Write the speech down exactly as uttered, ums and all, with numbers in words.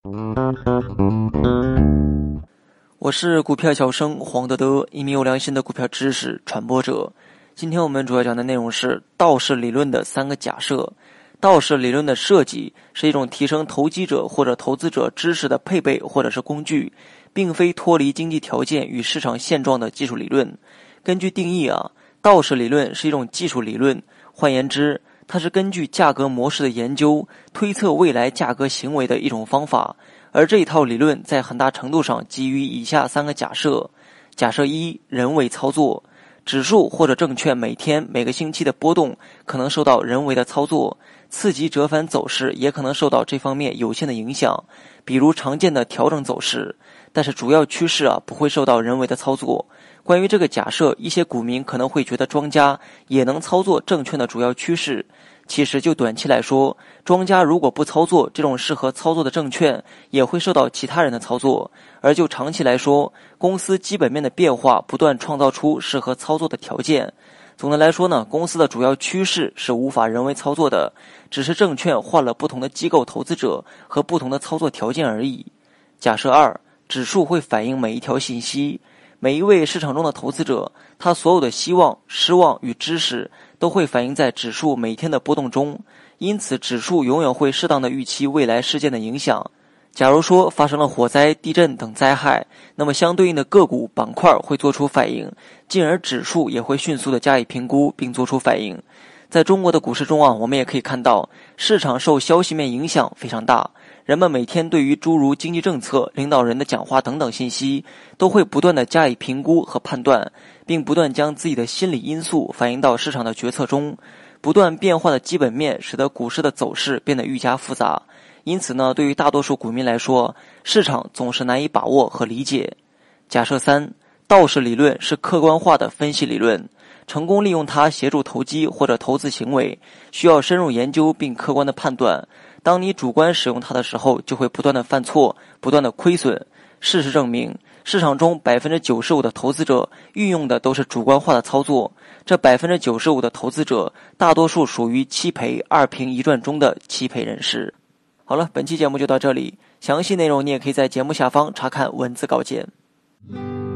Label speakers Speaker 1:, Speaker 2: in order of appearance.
Speaker 1: 我是股票小生黄德德，一名有良心的股票知识传播者。今天我们主要讲的内容是道氏理论的三个假设。道氏理论的设计是一种提升投机者或者投资者知识的配备或者是工具，并非脱离经济条件与市场现状的技术理论。根据定义啊，道氏理论是一种技术理论，换言之，它是根据价格模式的研究推测未来价格行为的一种方法。而这一套理论在很大程度上基于以下三个假设。假设一，人为操作。指数或者证券每天每个星期的波动可能受到人为的操作，次级折返走势也可能受到这方面有限的影响，比如常见的调整走势，但是主要趋势啊不会受到人为的操作。关于这个假设，一些股民可能会觉得庄家也能操作证券的主要趋势。其实就短期来说，庄家如果不操作这种适合操作的证券，也会受到其他人的操作。而就长期来说，公司基本面的变化不断创造出适合操作的条件。总的来说呢，公司的主要趋势是无法人为操作的，只是证券换了不同的机构投资者和不同的操作条件而已。假设二，指数会反映每一条信息。每一位市场中的投资者，他所有的希望、失望与知识都会反映在指数每天的波动中，因此指数永远会适当的预期未来事件的影响。假如说发生了火灾、地震等灾害，那么相对应的个股板块会做出反应，进而指数也会迅速的加以评估并做出反应。在中国的股市中啊，我们也可以看到，市场受消息面影响非常大，人们每天对于诸如经济政策、领导人的讲话等等信息，都会不断的加以评估和判断，并不断将自己的心理因素反映到市场的决策中。不断变化的基本面使得股市的走势变得愈加复杂，因此呢，对于大多数股民来说，市场总是难以把握和理解。假设三，道氏理论是客观化的分析理论。成功利用它协助投机或者投资行为，需要深入研究并客观的判断。当你主观使用它的时候，就会不断的犯错，不断的亏损。事实证明，市场中 百分之九十五 的投资者运用的都是主观化的操作，这 百分之九十五 的投资者大多数属于七赔二平一赚中的七赔人士。好了，本期节目就到这里，详细内容你也可以在节目下方查看文字稿件。